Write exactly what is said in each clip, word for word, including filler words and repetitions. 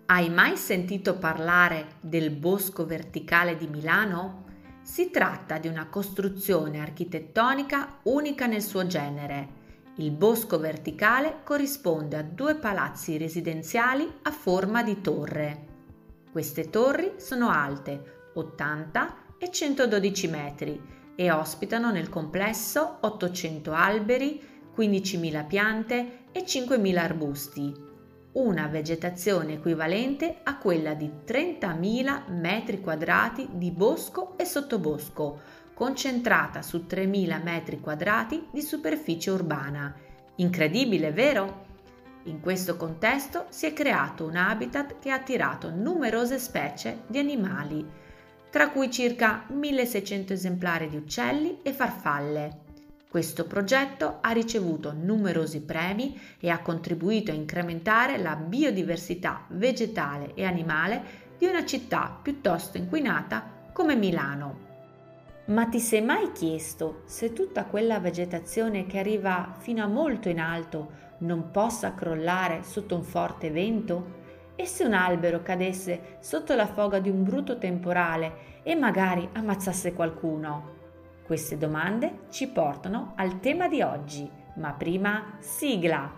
Hai mai sentito parlare del Bosco Verticale di Milano? Si tratta di una costruzione architettonica unica nel suo genere. Il Bosco Verticale corrisponde a due palazzi residenziali a forma di torre. Queste torri sono alte ottanta e centododici metri e ospitano nel complesso ottocento alberi, quindicimila piante e cinquemila arbusti. Una vegetazione equivalente a quella di trentamila metri quadrati di bosco e sottobosco, concentrata su tremila metri quadrati di superficie urbana. Incredibile, vero? In questo contesto si è creato un habitat che ha attirato numerose specie di animali, tra cui circa milleseicento esemplari di uccelli e farfalle. Questo progetto ha ricevuto numerosi premi e ha contribuito a incrementare la biodiversità vegetale e animale di una città piuttosto inquinata come Milano. Ma ti sei mai chiesto se tutta quella vegetazione che arriva fino a molto in alto non possa crollare sotto un forte vento? E se un albero cadesse sotto la foga di un brutto temporale e magari ammazzasse qualcuno? Queste domande ci portano al tema di oggi, ma prima sigla!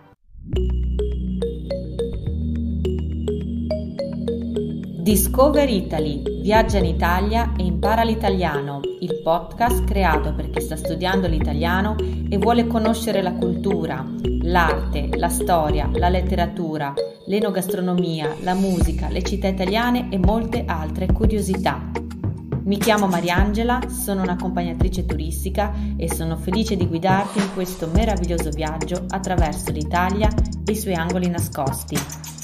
Discover Italy, viaggia in Italia e impara l'italiano, il podcast creato per chi sta studiando l'italiano e vuole conoscere la cultura, l'arte, la storia, la letteratura, l'enogastronomia, la musica, le città italiane e molte altre curiosità. Mi chiamo Mariangela, sono un'accompagnatrice turistica e sono felice di guidarti in questo meraviglioso viaggio attraverso l'Italia e i suoi angoli nascosti.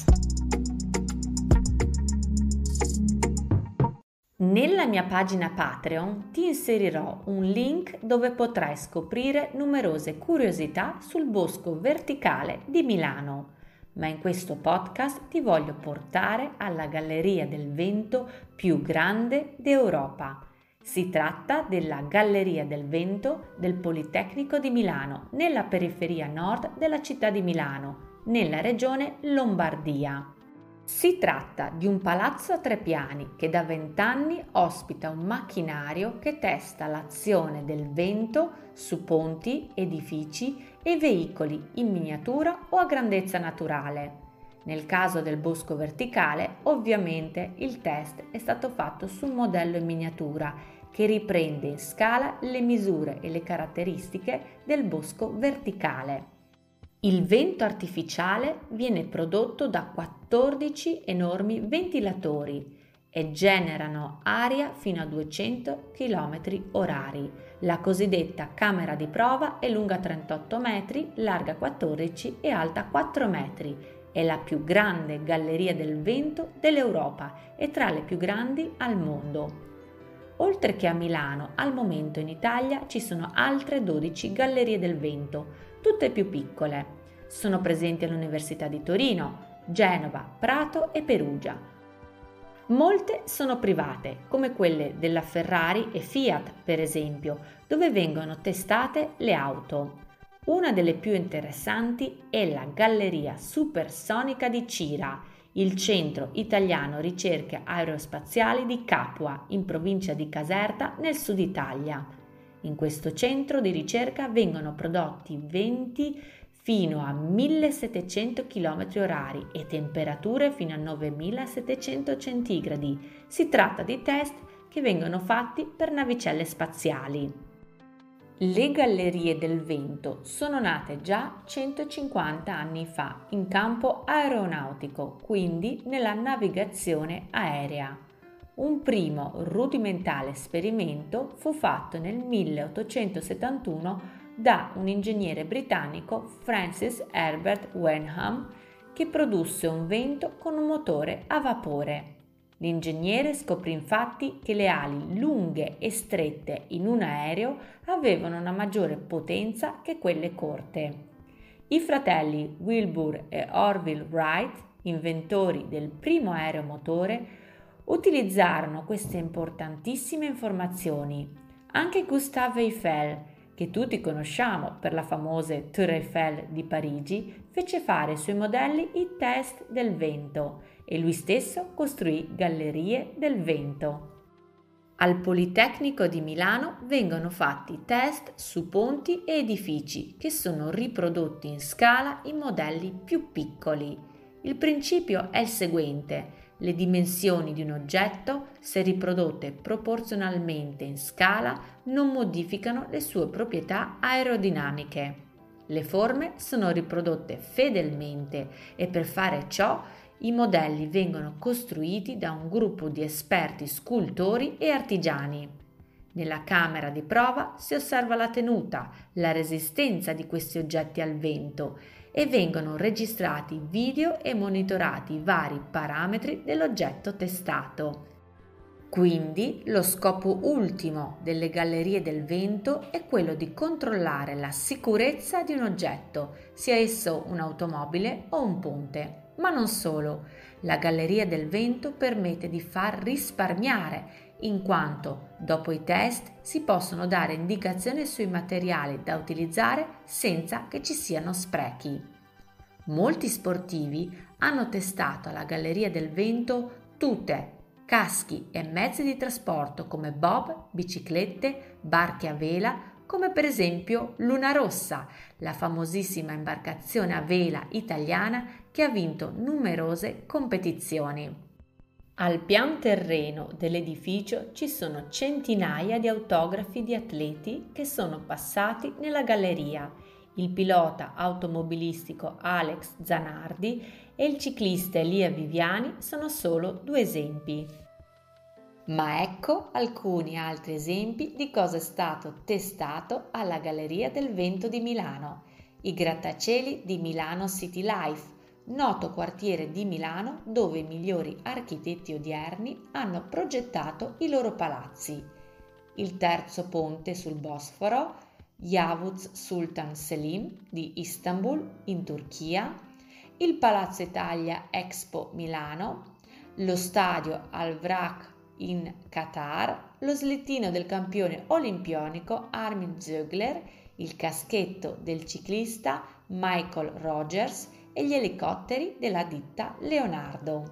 Nella mia pagina Patreon ti inserirò un link dove potrai scoprire numerose curiosità sul Bosco Verticale di Milano. Ma in questo podcast ti voglio portare alla Galleria del Vento più grande d'Europa. Si tratta della Galleria del Vento del Politecnico di Milano, nella periferia nord della città di Milano, nella regione Lombardia. Si tratta di un palazzo a tre piani che da vent'anni ospita un macchinario che testa l'azione del vento su ponti, edifici e veicoli in miniatura o a grandezza naturale. Nel caso del Bosco Verticale, ovviamente il test è stato fatto su un modello in miniatura che riprende in scala le misure e le caratteristiche del bosco verticale. Il vento artificiale viene prodotto da quattordici enormi ventilatori e generano aria fino a duecento chilometri orari. La cosiddetta camera di prova è lunga trentotto metri, larga quattordici e alta quattro metri. È la più grande galleria del vento dell'Europa e tra le più grandi al mondo. Oltre che a Milano, al momento in Italia ci sono altre dodici gallerie del vento, tutte più piccole. Sono presenti all'Università di Torino, Genova, Prato e Perugia. Molte sono private, come quelle della Ferrari e Fiat, per esempio, dove vengono testate le auto. Una delle più interessanti è la Galleria Supersonica di Cira, il Centro Italiano Ricerche Aerospaziali di Capua, in provincia di Caserta, nel sud Italia. In questo centro di ricerca vengono prodotti venti fino a millesettecento chilometri orari e temperature fino a novemilasettecento centigradi. Si tratta di test che vengono fatti per navicelle spaziali. Le gallerie del vento sono nate già centocinquanta anni fa in campo aeronautico, quindi nella navigazione aerea. Un primo rudimentale esperimento fu fatto nel milleottocentosettantuno da un ingegnere britannico, Francis Herbert Wenham, che produsse un vento con un motore a vapore. L'ingegnere scoprì infatti che le ali lunghe e strette in un aereo avevano una maggiore potenza che quelle corte. I fratelli Wilbur e Orville Wright, inventori del primo aeromotore, utilizzarono queste importantissime informazioni. Anche Gustave Eiffel, che tutti conosciamo per la famosa Tour Eiffel di Parigi, fece fare ai suoi modelli i test del vento e lui stesso costruì gallerie del vento. Al Politecnico di Milano vengono fatti test su ponti e edifici che sono riprodotti in scala in modelli più piccoli. Il principio è il seguente: le dimensioni di un oggetto, se riprodotte proporzionalmente in scala, non modificano le sue proprietà aerodinamiche. Le forme sono riprodotte fedelmente e per fare ciò i modelli vengono costruiti da un gruppo di esperti scultori e artigiani. Nella camera di prova si osserva la tenuta, la resistenza di questi oggetti al vento e vengono registrati video e monitorati i vari parametri dell'oggetto testato. Quindi lo scopo ultimo delle gallerie del vento è quello di controllare la sicurezza di un oggetto, sia esso un'automobile o un ponte. Ma non solo, la galleria del vento permette di far risparmiare, in quanto dopo i test si possono dare indicazioni sui materiali da utilizzare senza che ci siano sprechi. Molti sportivi hanno testato alla galleria del vento tute, caschi e mezzi di trasporto come bob, biciclette, barche a vela, come per esempio Luna Rossa, la famosissima imbarcazione a vela italiana che ha vinto numerose competizioni. Al pian terreno dell'edificio ci sono centinaia di autografi di atleti che sono passati nella galleria. Il pilota automobilistico Alex Zanardi e il ciclista Elia Viviani sono solo due esempi. Ma ecco alcuni altri esempi di cosa è stato testato alla Galleria del Vento di Milano. I grattacieli di Milano City Life, noto quartiere di Milano dove i migliori architetti odierni hanno progettato i loro palazzi. Il terzo ponte sul Bosforo, Yavuz Sultan Selim di Istanbul in Turchia, il Palazzo Italia Expo Milano, lo stadio Al-Wrak in Qatar, lo slittino del campione olimpionico Armin Zögler, il caschetto del ciclista Michael Rogers e gli elicotteri della ditta Leonardo.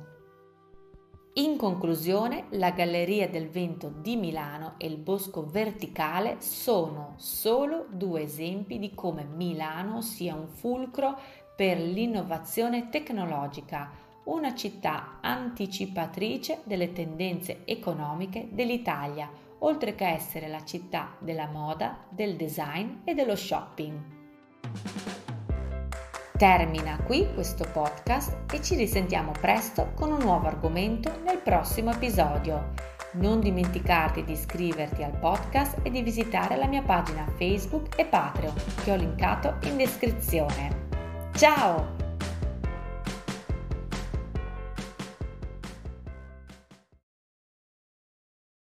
In conclusione, la Galleria del Vento di Milano e il Bosco Verticale sono solo due esempi di come Milano sia un fulcro per l'innovazione tecnologica, una città anticipatrice delle tendenze economiche dell'Italia, oltre che essere la città della moda, del design e dello shopping. Termina qui questo podcast e ci risentiamo presto con un nuovo argomento nel prossimo episodio. Non dimenticarti di iscriverti al podcast e di visitare la mia pagina Facebook e Patreon che ho linkato in descrizione. Ciao!